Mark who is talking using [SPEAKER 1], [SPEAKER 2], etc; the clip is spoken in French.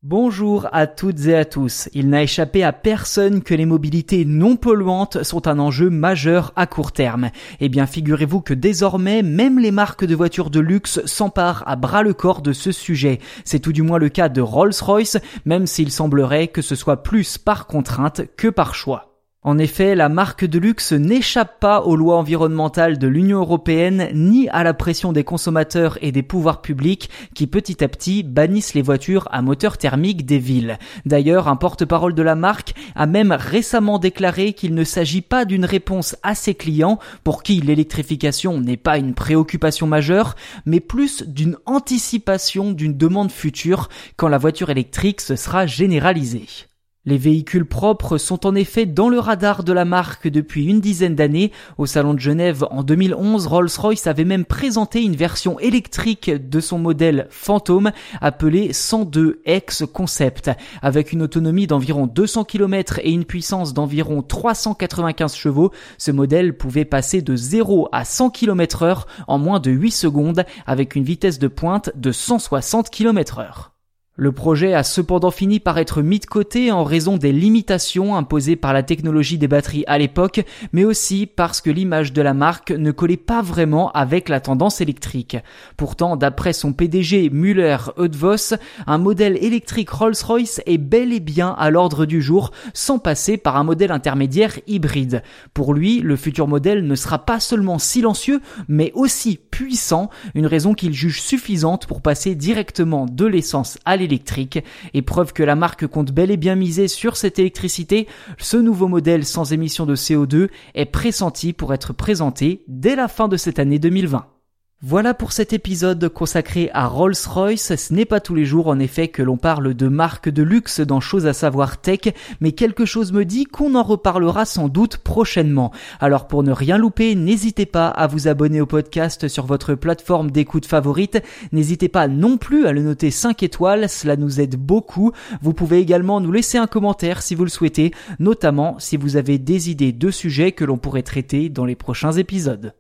[SPEAKER 1] Bonjour à toutes et à tous. Il n'a échappé à personne que les mobilités non polluantes sont un enjeu majeur à court terme. Eh bien, figurez-vous que désormais, même les marques de voitures de luxe s'emparent à bras-le-corps de ce sujet. C'est tout du moins le cas de Rolls-Royce, même s'il semblerait que ce soit plus par contrainte que par choix. En effet, la marque de luxe n'échappe pas aux lois environnementales de l'Union européenne ni à la pression des consommateurs et des pouvoirs publics qui petit à petit bannissent les voitures à moteur thermique des villes. D'ailleurs, un porte-parole de la marque a même récemment déclaré qu'il ne s'agit pas d'une réponse à ses clients pour qui l'électrification n'est pas une préoccupation majeure, mais plus d'une anticipation d'une demande future quand la voiture électrique se sera généralisée. Les véhicules propres sont en effet dans le radar de la marque depuis une dizaine d'années. Au Salon de Genève en 2011, Rolls-Royce avait même présenté une version électrique de son modèle Phantom appelé 102X Concept. Avec une autonomie d'environ 200 km et une puissance d'environ 395 chevaux, ce modèle pouvait passer de 0 à 100 km/h en moins de 8 secondes avec une vitesse de pointe de 160 km/h. Le projet a cependant fini par être mis de côté en raison des limitations imposées par la technologie des batteries à l'époque, mais aussi parce que l'image de la marque ne collait pas vraiment avec la tendance électrique. Pourtant, d'après son PDG Müller-Eötvös, un modèle électrique Rolls-Royce est bel et bien à l'ordre du jour sans passer par un modèle intermédiaire hybride. Pour lui, le futur modèle ne sera pas seulement silencieux, mais aussi puissant, une raison qu'il juge suffisante pour passer directement de l'essence à l'électrique, et preuve que la marque compte bel et bien miser sur cette électricité, ce nouveau modèle sans émission de CO2 est pressenti pour être présenté dès la fin de cette année 2020. Voilà pour cet épisode consacré à Rolls-Royce. Ce n'est pas tous les jours en effet que l'on parle de marques de luxe dans Choses à savoir tech, mais quelque chose me dit qu'on en reparlera sans doute prochainement. Alors pour ne rien louper, n'hésitez pas à vous abonner au podcast sur votre plateforme d'écoute favorite. N'hésitez pas non plus à le noter 5 étoiles, cela nous aide beaucoup. Vous pouvez également nous laisser un commentaire si vous le souhaitez, notamment si vous avez des idées de sujets que l'on pourrait traiter dans les prochains épisodes.